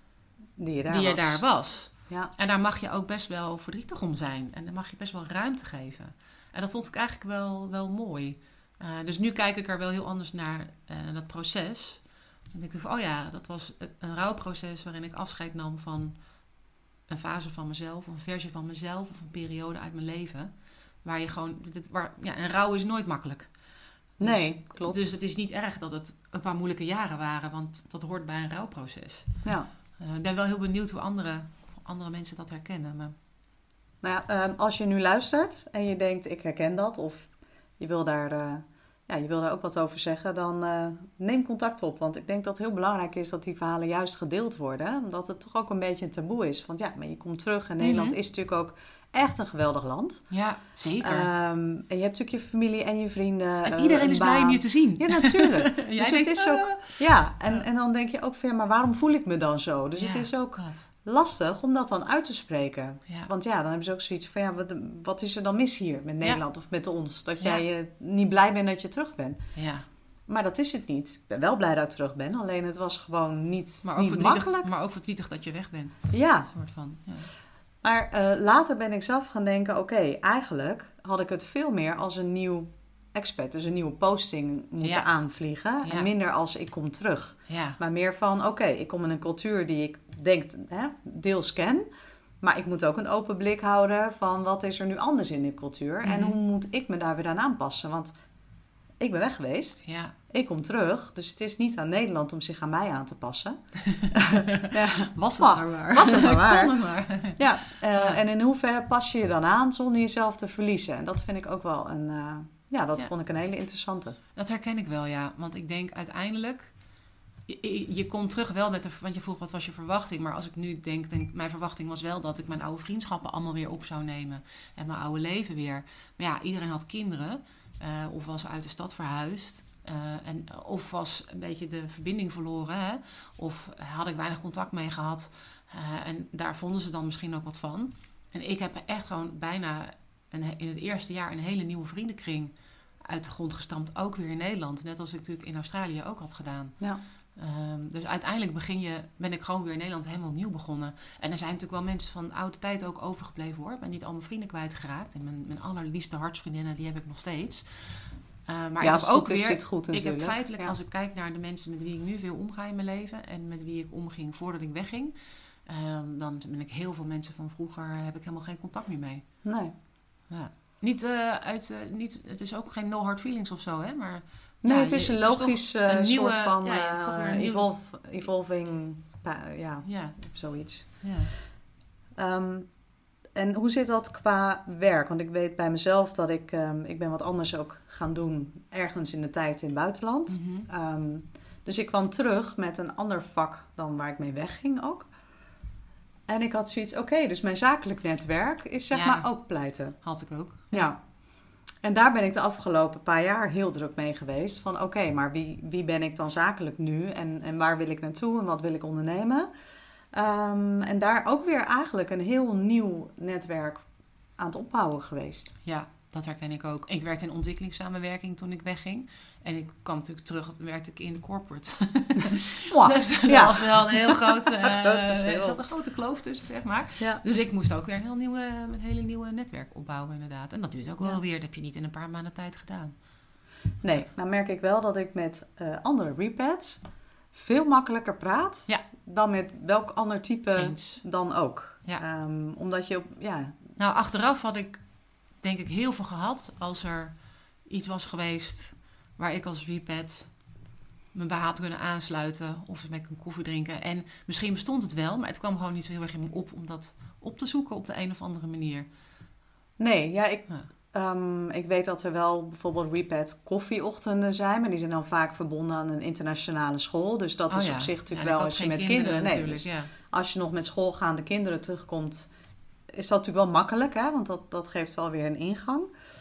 die je daar was. Ja. En daar mag je ook best wel verdrietig om zijn. En daar mag je best wel ruimte geven. En dat vond ik eigenlijk wel mooi. Dus nu kijk ik er wel heel anders naar dat proces. En denk ik van, dat was een rouwproces waarin ik afscheid nam van een fase van mezelf, of een versie van mezelf, of een periode uit mijn leven. Waar je gewoon, en rouw is nooit makkelijk. Dus, nee, klopt. Dus het is niet erg dat het een paar moeilijke jaren waren, want dat hoort bij een rouwproces. Ja. Ik ben wel heel benieuwd hoe andere mensen dat herkennen. Maar nou ja, als je nu luistert en je denkt, ik herken dat, of je wil daar ook wat over zeggen, dan neem contact op. Want ik denk dat het heel belangrijk is dat die verhalen juist gedeeld worden. Hè? Omdat het toch ook een beetje een taboe is. Want maar je komt terug en Nederland is natuurlijk ook echt een geweldig land. Ja, zeker. En je hebt natuurlijk je familie en je vrienden. En iedereen is blij om je te zien. Ja, natuurlijk. Dus het is ook. Ja, en dan denk je ook weer, maar waarom voel ik me dan zo? Dus het is ook lastig om dat dan uit te spreken. Ja. Want dan hebben ze ook zoiets van, wat is er dan mis hier met Nederland of met ons? Dat jij niet blij bent dat je terug bent. Ja. Maar dat is het niet. Ik ben wel blij dat ik terug ben, alleen het was gewoon niet makkelijk. Maar ook verdrietig dat je weg bent. Ja. Een soort van, ja. Maar later ben ik zelf gaan denken, oké, eigenlijk had ik het veel meer als een nieuw expat, dus een nieuwe posting moeten aanvliegen. Ja. En minder als ik kom terug. Ja. Maar meer van, oké, ik kom in een cultuur die ik denk deels ken. Maar ik moet ook een open blik houden van wat is er nu anders in de cultuur. Mm-hmm. En hoe moet ik me daar weer aan aanpassen. Want ik ben weg geweest. Ja. Ik kom terug. Dus het is niet aan Nederland om zich aan mij aan te passen. Was het maar waar. Was het maar waar. Kon het maar. Ja, en in hoeverre pas je je dan aan zonder jezelf te verliezen. En dat vind ik ook wel vond ik een hele interessante. Dat herken ik wel, ja. Want ik denk uiteindelijk, je komt terug wel want je vroeg wat was je verwachting. Maar als ik nu denk, mijn verwachting was wel dat ik mijn oude vriendschappen allemaal weer op zou nemen. En mijn oude leven weer. Maar ja, iedereen had kinderen. Of was uit de stad verhuisd. Of was een beetje de verbinding verloren. Hè? Of had ik weinig contact mee gehad. En daar vonden ze dan misschien ook wat van. En ik heb echt gewoon bijna in het eerste jaar een hele nieuwe vriendenkring uit de grond gestampt. Ook weer in Nederland. Net als ik natuurlijk in Australië ook had gedaan. Ja. Dus uiteindelijk ben ik gewoon weer in Nederland helemaal opnieuw begonnen. En er zijn natuurlijk wel mensen van oude tijd ook overgebleven hoor. Ik ben niet al mijn vrienden kwijtgeraakt. En mijn allerliefste hartsvriendinnen, die heb ik nog steeds. Maar ja, ik heb ook weer, zit goed ik natuurlijk. heb feitelijk, als ik kijk naar de mensen met wie ik nu veel omga in mijn leven en met wie ik omging voordat ik wegging, dan ben ik heel veel mensen van vroeger, heb ik helemaal geen contact meer mee. Nee. Ja. Het is ook geen no hard feelings of zo, hè? Maar nee, het is een logisch soort van evolving, zoiets. Ja. En hoe zit dat qua werk? Want ik weet bij mezelf dat ik ben wat anders ook gaan doen ergens in de tijd in het buitenland. Mm-hmm. Dus ik kwam terug met een ander vak dan waar ik mee wegging ook. En ik had zoiets, dus mijn zakelijk netwerk is maar ook pleiten. Had ik ook. Ja. En daar ben ik de afgelopen paar jaar heel druk mee geweest. Van maar wie ben ik dan zakelijk nu? En waar wil ik naartoe? En wat wil ik ondernemen? En daar ook weer eigenlijk een heel nieuw netwerk aan het opbouwen geweest. Ja, dat herken ik ook. Ik werkte in ontwikkelingssamenwerking toen ik wegging. En ik kwam natuurlijk terug, werkte ik in corporate. Wow. Dus dat was wel een heel groot... er zat een grote kloof tussen, zeg maar. Ja. Dus ik moest ook weer een hele nieuwe netwerk opbouwen, inderdaad. En dat duurt ook wel weer. Dat heb je niet in een paar maanden tijd gedaan. Nee, nou merk ik wel dat ik met andere repads veel makkelijker praat dan met welk ander type dan ook. Ja. Omdat je Nou, achteraf had ik denk ik heel veel gehad als er iets was geweest waar ik als repad me bij had kunnen aansluiten of met een koffie drinken. En misschien bestond het wel, maar het kwam gewoon niet zo heel erg in me op om dat op te zoeken op de een of andere manier. Nee, ik weet dat er wel bijvoorbeeld repad koffieochtenden zijn, maar die zijn dan vaak verbonden aan een internationale school. Dus dat is op zich natuurlijk wel als je met kinderen... Nee, dus als je nog met schoolgaande kinderen terugkomt, is dat natuurlijk wel makkelijk, hè? Want dat geeft wel weer een ingang.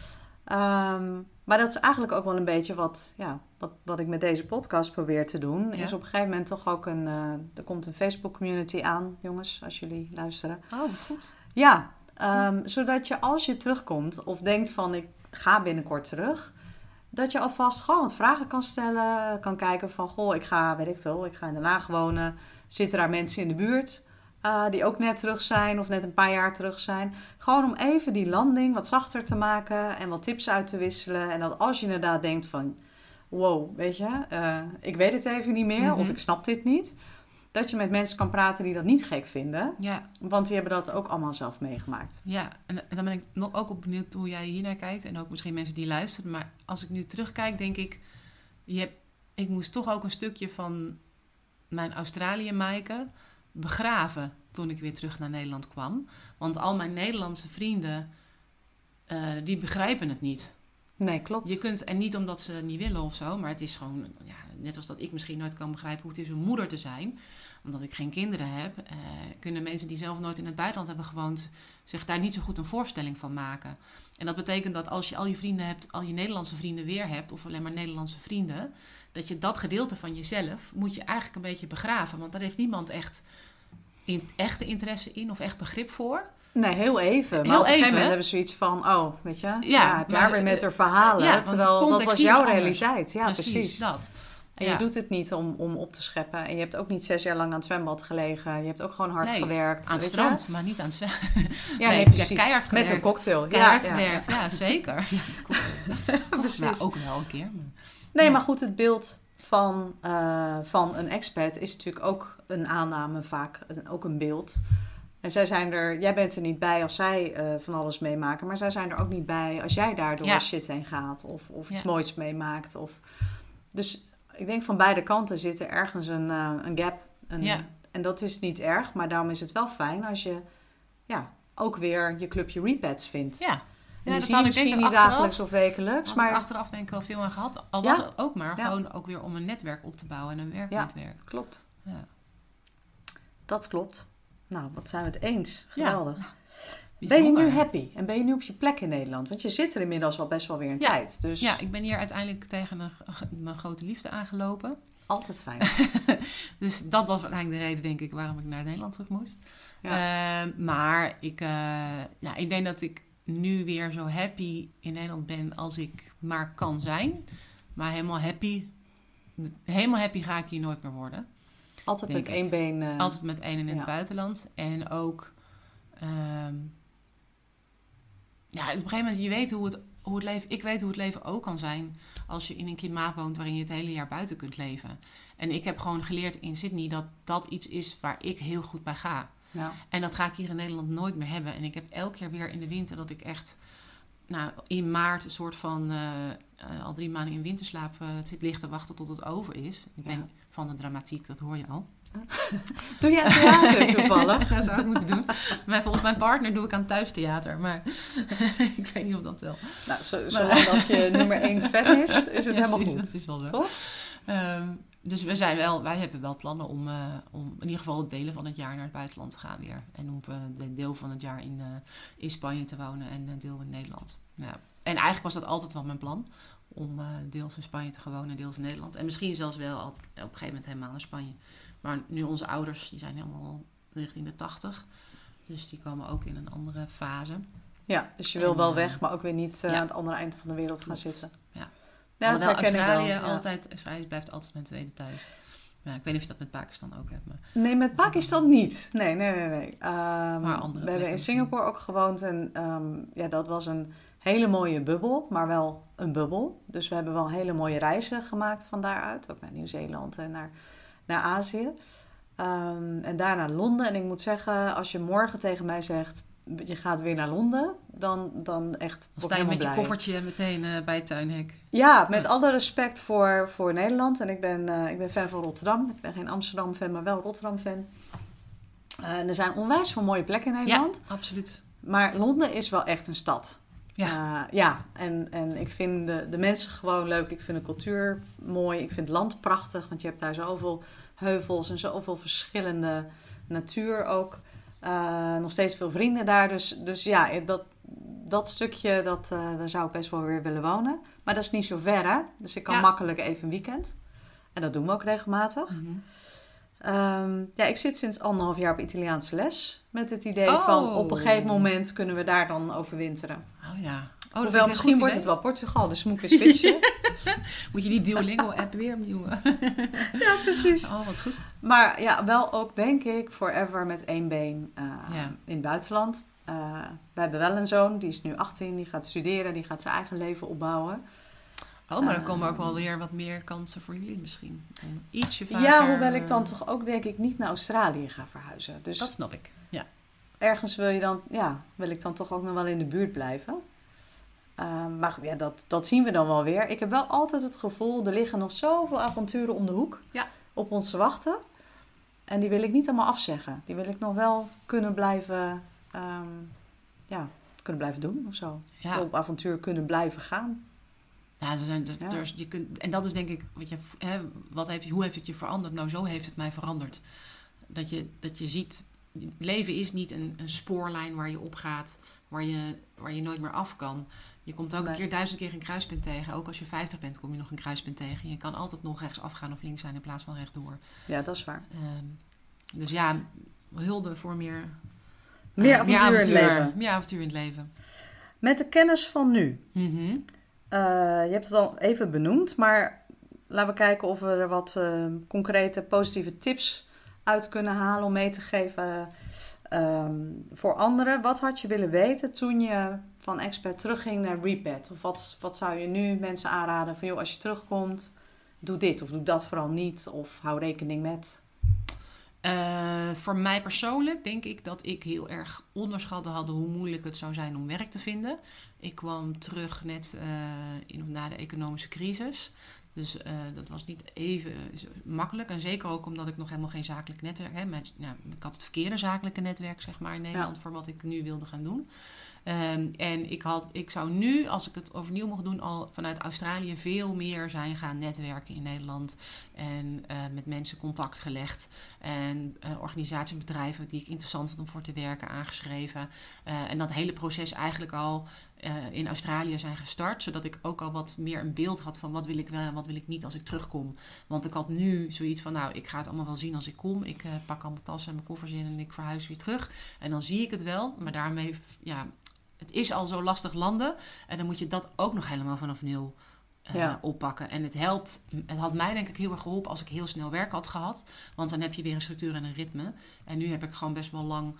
Maar dat is eigenlijk ook wel een beetje wat ik met deze podcast probeer te doen. Ja. Is op een gegeven moment toch ook er komt een Facebook community aan, jongens, als jullie luisteren. Oh, wat goed. Ja, zodat je als je terugkomt of denkt van ik ga binnenkort terug, dat je alvast gewoon wat vragen kan stellen. Kan kijken van, ik ga in Den Haag wonen. Zitten daar mensen in de buurt die ook net terug zijn of net een paar jaar terug zijn? Gewoon om even die landing wat zachter te maken en wat tips uit te wisselen. En dat als je inderdaad denkt van, wow, weet je, ik weet het even niet meer of ik snap dit niet. Dat je met mensen kan praten die dat niet gek vinden. Ja. Want die hebben dat ook allemaal zelf meegemaakt. Ja, en dan ben ik nog ook benieuwd hoe jij hier naar kijkt. En ook misschien mensen die luisteren. Maar als ik nu terugkijk, denk ik... Ik moest toch ook een stukje van mijn Australië-Maaike begraven toen ik weer terug naar Nederland kwam. Want al mijn Nederlandse vrienden, die begrijpen het niet. Nee, klopt. Je kunt, en niet omdat ze niet willen of zo, maar het is gewoon, net als dat ik misschien nooit kan begrijpen hoe het is om moeder te zijn, omdat ik geen kinderen heb, kunnen mensen die zelf nooit in het buitenland hebben gewoond, zich daar niet zo goed een voorstelling van maken. En dat betekent dat als je al je vrienden hebt, al je Nederlandse vrienden weer hebt, of alleen maar Nederlandse vrienden, dat je dat gedeelte van jezelf moet je eigenlijk een beetje begraven, want daar heeft niemand echte interesse in of echt begrip voor. Nee, heel even. Maar op een gegeven moment hebben ze zoiets van, weet je, heb je haar weer met haar verhalen. Terwijl dat was jouw realiteit. Ja, precies. Dat. En je doet het niet om op te scheppen. En je hebt ook niet 6 jaar lang aan het zwembad gelegen. Je hebt ook gewoon hard gewerkt. Aan het strand, maar niet aan het zwembad. Nee, precies. Keihard gewerkt. Met een cocktail. Keihard gewerkt, ja, zeker. Precies. Nou, ook wel een keer. Nee, maar goed, het beeld van een expat is natuurlijk ook een aanname vaak. Ook een beeld. En jij bent er niet bij als zij van alles meemaken. Maar zij zijn er ook niet bij als jij daardoor shit heen gaat. Of iets moois meemaakt. Dus ik denk van beide kanten zit er ergens een gap. En dat is niet erg. Maar daarom is het wel fijn als je ook weer je clubje repads vindt. Ja. Ja, dat had ik misschien niet dagelijks of wekelijks. Maar achteraf denk ik wel veel aan gehad. Al was het ook maar gewoon ook weer om een netwerk op te bouwen. En een werknetwerk. Ja, klopt. Ja. Dat klopt. Nou, wat zijn we het eens. Geweldig. Ja, ben je nu happy? En ben je nu op je plek in Nederland? Want je zit er inmiddels al best wel weer een tijd. Dus... Ja, ik ben hier uiteindelijk tegen mijn grote liefde aangelopen. Altijd fijn. Dus dat was uiteindelijk de reden, denk ik, waarom ik naar Nederland terug moest. Ja. Maar ik denk dat ik nu weer zo happy in Nederland ben als ik maar kan zijn. Maar helemaal happy helemaal happy ga ik hier nooit meer worden. Altijd met één been. Altijd met één in het buitenland. En ook... op een gegeven moment, je weet hoe het leven... Ik weet hoe het leven ook kan zijn als je in een klimaat woont waarin je het hele jaar buiten kunt leven. En ik heb gewoon geleerd in Sydney dat dat iets is waar ik heel goed bij ga. Ja. En dat ga ik hier in Nederland nooit meer hebben. En ik heb elke keer weer in de winter dat ik echt... in maart een soort van... al 3 maanden in winterslaap zit liggen te wachten tot het over is. Ik ben van de dramatiek, dat hoor je al. Doe je aan theater toevallig? Dat zou ik moeten doen. Maar volgens mijn partner doe ik aan thuistheater. Maar ik weet niet of dat wel. Nou, zolang dat je nummer 1 fan is het helemaal goed. Dat is wel zo. Toch? Dus wij hebben wel plannen om in ieder geval het delen van het jaar naar het buitenland te gaan weer. En om een deel van het jaar in Spanje te wonen en een deel in Nederland. Ja. En eigenlijk was dat altijd wel mijn plan. Om deels in Spanje te gaan wonen en deels in Nederland. En misschien zelfs wel op een gegeven moment helemaal naar Spanje. Maar nu onze ouders, die zijn helemaal richting de 80. Dus die komen ook in een andere fase. Ja, dus je wil wel weg, maar ook weer niet aan het andere eind van de wereld gaan zitten. Ja. Ja, dat herken Australië, ik wel. Australië blijft altijd mijn tweede thuis. Ja, ik weet niet of je dat met Pakistan ook hebt. Maar... Nee, met Pakistan niet. Nee. Maar andere we hebben in Singapore ook gewoond. En dat was een hele mooie bubbel, maar wel een bubbel. Dus we hebben wel hele mooie reizen gemaakt van daaruit. Ook naar Nieuw-Zeeland en naar Azië. En daarna Londen. En ik moet zeggen, als je morgen tegen mij zegt... je gaat weer naar Londen, dan echt... Dan sta je met je koffertje meteen bij het tuinhek. Ja, met alle respect voor Nederland. En ik ben fan van Rotterdam. Ik ben geen Amsterdam-fan, maar wel Rotterdam-fan. En er zijn onwijs veel mooie plekken in Nederland. Ja, absoluut. Maar Londen is wel echt een stad. Ja. En ik vind de mensen gewoon leuk. Ik vind de cultuur mooi. Ik vind het land prachtig, want je hebt daar zoveel heuvels en zoveel verschillende natuur ook. Nog steeds veel vrienden daar. Dus ja, dat stukje, daar zou ik best wel weer willen wonen. Maar dat is niet zo ver, hè? Dus ik kan makkelijk even een weekend. En dat doen we ook regelmatig. Mm-hmm. Ik zit sinds 1,5 jaar op Italiaanse les. Met het idee van op een gegeven moment kunnen we daar dan overwinteren. Oh ja. Hoewel, misschien wordt het wel Portugal, dus moet ik weer switchen. Moet je die Duolingo-app weer, jongen? Ja, precies. Oh, wat goed. Maar ja, wel ook denk ik forever met 1 been in het buitenland. We hebben wel een zoon, die is nu 18, die gaat studeren, die gaat zijn eigen leven opbouwen. Oh, maar dan komen ook wel weer wat meer kansen voor jullie misschien. Om ietsje vaker... Ja, hoewel ik dan toch ook denk ik niet naar Australië ga verhuizen. Dus dat snap ik, ja. Ergens wil ik dan toch ook nog wel in de buurt blijven. Maar ja, dat zien we dan wel weer. Ik heb wel altijd het gevoel, er liggen nog zoveel avonturen om de hoek op ons te wachten. En die wil ik niet allemaal afzeggen. Die wil ik nog wel kunnen blijven doen of zo. Ja. Op avontuur kunnen blijven gaan. Ja, je kunt, en dat is denk ik, hoe heeft het je veranderd? Nou, zo heeft het mij veranderd. Dat je ziet, leven is niet een spoorlijn waar je op gaat, waar je nooit meer af kan. Je komt ook een keer 1000 keer een kruispunt tegen. Ook als je 50 bent, kom je nog een kruispunt tegen. Je kan altijd nog rechts afgaan of links zijn in plaats van rechtdoor. Ja, dat is waar. Dus ja, hulde voor meer avontuur in het leven. Meer avontuur in het leven. Met de kennis van nu. Mm-hmm. Je hebt het al even benoemd, maar laten we kijken of we er wat concrete positieve tips uit kunnen halen om mee te geven voor anderen. Wat had je willen weten toen je van expat terugging naar Repad? Of wat zou je nu mensen aanraden van, joh, als je terugkomt, doe dit of doe dat vooral niet of hou rekening met? Voor mij persoonlijk denk ik dat ik heel erg onderschat had hoe moeilijk het zou zijn om werk te vinden. Ik kwam terug net na de economische crisis. Dus dat was niet even makkelijk. En zeker ook omdat ik nog helemaal geen zakelijk netwerk heb. Ik had het verkeerde zakelijke netwerk zeg maar, in Nederland voor wat ik nu wilde gaan doen. En ik zou nu, als ik het overnieuw mocht doen, al vanuit Australië veel meer zijn gaan netwerken in Nederland. En met mensen contact gelegd. En organisaties en bedrijven die ik interessant vond om voor te werken aangeschreven. En dat hele proces eigenlijk al in Australië zijn gestart. Zodat ik ook al wat meer een beeld had van wat wil ik wel en wat wil ik niet als ik terugkom. Want ik had nu zoiets van, ik ga het allemaal wel zien als ik kom. Ik pak al mijn tassen en mijn koffers in en ik verhuis weer terug. En dan zie ik het wel. Maar daarmee, het is al zo lastig landen. En dan moet je dat ook nog helemaal vanaf nul oppakken. En het had mij denk ik heel erg geholpen als ik heel snel werk had gehad. Want dan heb je weer een structuur en een ritme. En nu heb ik gewoon best wel lang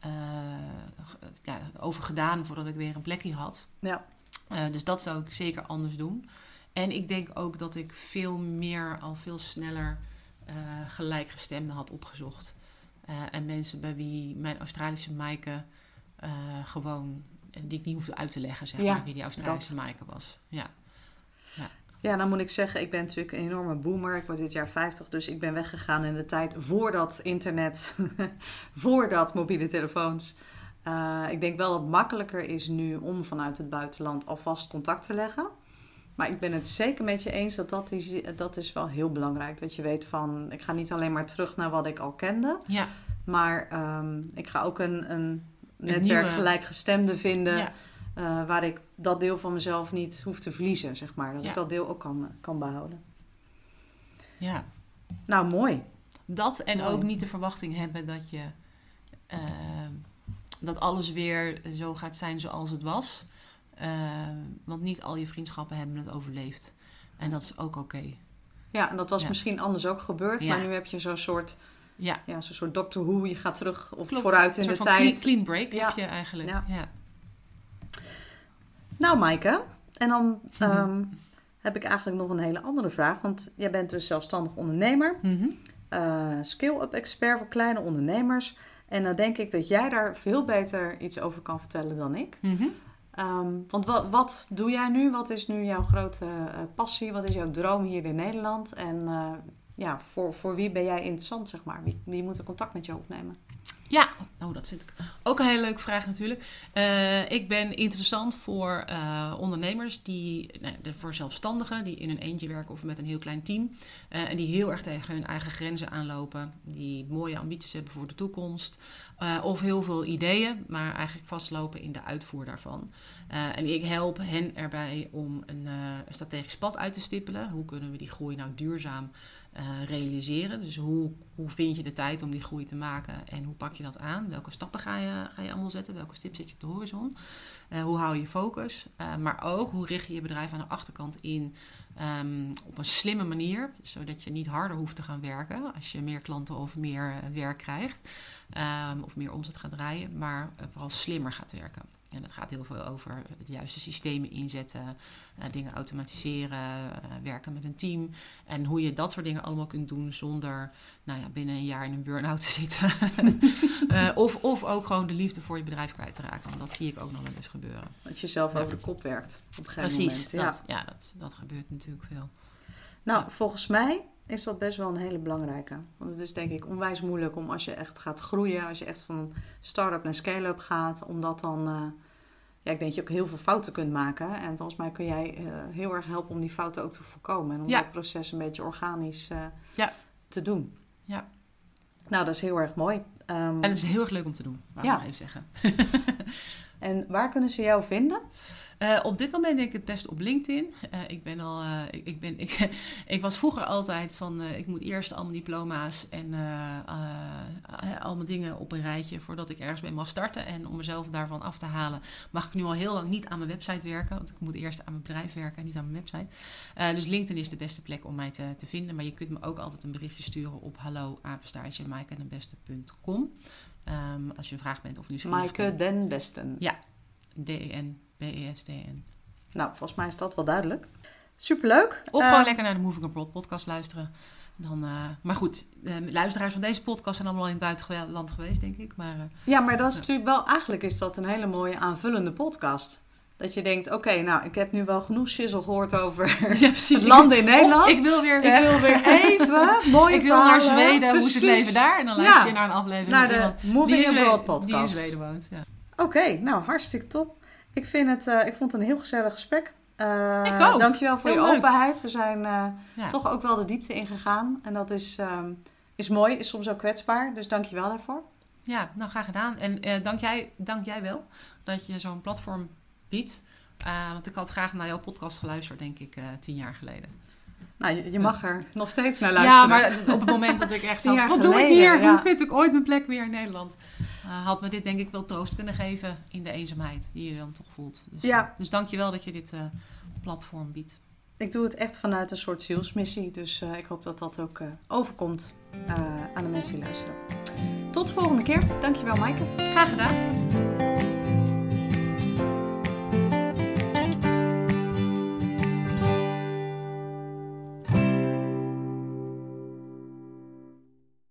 over gedaan voordat ik weer een plekje had. Ja. Dus dat zou ik zeker anders doen. En ik denk ook dat ik veel sneller gelijkgestemden had opgezocht. En mensen bij wie mijn Australische Maaike gewoon, die ik niet hoefde uit te leggen, zeg maar, wie die Australische Maaike was. Ja. Ja, dan moet ik zeggen, ik ben natuurlijk een enorme boomer. Ik word dit jaar 50, dus ik ben weggegaan in de tijd voordat internet, voordat mobiele telefoons. Ik denk wel dat het makkelijker is nu om vanuit het buitenland alvast contact te leggen. Maar ik ben het zeker met je eens dat is wel heel belangrijk. Dat je weet van, ik ga niet alleen maar terug naar wat ik al kende. Ja. Maar ik ga ook een netwerk gelijkgestemde vinden. Ja. Waar ik dat deel van mezelf niet hoef te verliezen, zeg maar. Dat ik dat deel ook kan behouden. Ja. Nou, mooi. Dat en mooi. Ook niet de verwachting hebben dat je dat alles weer zo gaat zijn zoals het was. Want niet al je vriendschappen hebben het overleefd. En dat is ook oké. Ja, en dat was misschien anders ook gebeurd. Maar nu heb je zo'n soort... Ja, zo'n soort Doctor Who. Je gaat terug of vooruit in de tijd. Clean break heb je eigenlijk. Ja. Nou, Maaike. En dan heb ik eigenlijk nog een hele andere vraag. Want jij bent dus zelfstandig ondernemer. Mm-hmm. Skill-up expert voor kleine ondernemers. En dan denk ik dat jij daar veel beter iets over kan vertellen dan ik. Mm-hmm. Want wat doe jij nu? Wat is nu jouw grote passie? Wat is jouw droom hier in Nederland? En voor wie ben jij interessant, zeg maar? Wie moet er contact met je opnemen? Ja, dat vind ik ook een hele leuke vraag natuurlijk. Ik ben interessant voor ondernemers, voor zelfstandigen die in een eentje werken of met een heel klein team. En die heel erg tegen hun eigen grenzen aanlopen. Die mooie ambities hebben voor de toekomst. Of heel veel ideeën, maar eigenlijk vastlopen in de uitvoer daarvan. En ik help hen erbij om een strategisch pad uit te stippelen. Hoe kunnen we die groei nou duurzaam realiseren? Dus hoe vind je de tijd om die groei te maken en hoe pak je dat aan? Welke stappen ga je allemaal zetten? Welke stip zet je op de horizon? Hoe hou je focus? Maar ook hoe richt je je bedrijf aan de achterkant in op een slimme manier, zodat je niet harder hoeft te gaan werken als je meer klanten of meer werk krijgt of meer omzet gaat draaien, maar vooral slimmer gaat werken. En dat gaat heel veel over de juiste systemen inzetten, dingen automatiseren, werken met een team. En hoe je dat soort dingen allemaal kunt doen zonder binnen een jaar in een burn-out te zitten. Of ook gewoon de liefde voor je bedrijf kwijt te raken. Want dat zie ik ook nog wel eens gebeuren. Dat je zelf over de kop werkt op een gegeven moment. Precies, dat gebeurt natuurlijk veel. Nou, volgens mij is dat best wel een hele belangrijke. Want het is denk ik onwijs moeilijk om als je echt gaat groeien, als je echt van start-up naar scale-up gaat, om dat dan... ik denk dat je ook heel veel fouten kunt maken. En volgens mij kun jij heel erg helpen om die fouten ook te voorkomen. En om dat proces een beetje organisch te doen. Ja. Nou, dat is heel erg mooi. En het is heel erg leuk om te doen, wou ik nog even zeggen. En waar kunnen ze jou vinden? Op dit moment denk ik het best op LinkedIn. Ik was vroeger altijd van, ik moet eerst al mijn diploma's en al mijn dingen op een rijtje voordat ik ergens mee mag starten. En om mezelf daarvan af te halen, mag ik nu al heel lang niet aan mijn website werken. Want ik moet eerst aan mijn bedrijf werken en niet aan mijn website. Dus LinkedIn is de beste plek om mij te vinden. Maar je kunt me ook altijd een berichtje sturen op hallo@maaikedenbeste.com. Als je een vraag bent of nieuwsgierig. Maaike den Besten. Ja, DEN-BESTN. Nou, volgens mij is dat wel duidelijk. Superleuk. Of gewoon lekker naar de Moving Abroad podcast luisteren. Dan, maar goed, luisteraars van deze podcast zijn allemaal in het buitenland geweest, denk ik. Maar, ja, maar dat is natuurlijk wel... Eigenlijk is dat een hele mooie aanvullende podcast. Dat je denkt, oké, ik heb nu wel genoeg shizzle gehoord over het land in Nederland. Ik wil weer weg. Ik wil weer even mooie Ik wil naar Zweden. Hoe is het leven daar? En dan luister je naar een aflevering. Naar de Moving Abroad podcast. Die in Zweden woont, ja. Oké, nou hartstikke top. Ik vond het een heel gezellig gesprek. Ik ook. Dankjewel voor heel je leuk. Openheid. We zijn toch ook wel de diepte ingegaan. En dat is mooi, is soms ook kwetsbaar. Dus dankjewel daarvoor. Ja, nou graag gedaan. En dank jij wel dat je zo'n platform biedt. Want ik had graag naar jouw podcast geluisterd, denk ik, 10 jaar geleden. Nou, je mag er nog steeds naar luisteren. Ja, maar op het moment dat ik echt zat, wat doe ik hier? Hoe vind ik ooit mijn plek weer in Nederland? Had me dit denk ik wel troost kunnen geven in de eenzaamheid die je dan toch voelt. Dus dank je wel dat je dit platform biedt. Ik doe het echt vanuit een soort zielsmissie. Dus ik hoop dat dat ook overkomt aan de mensen die luisteren. Tot de volgende keer. Dankjewel, Maaike. Graag gedaan.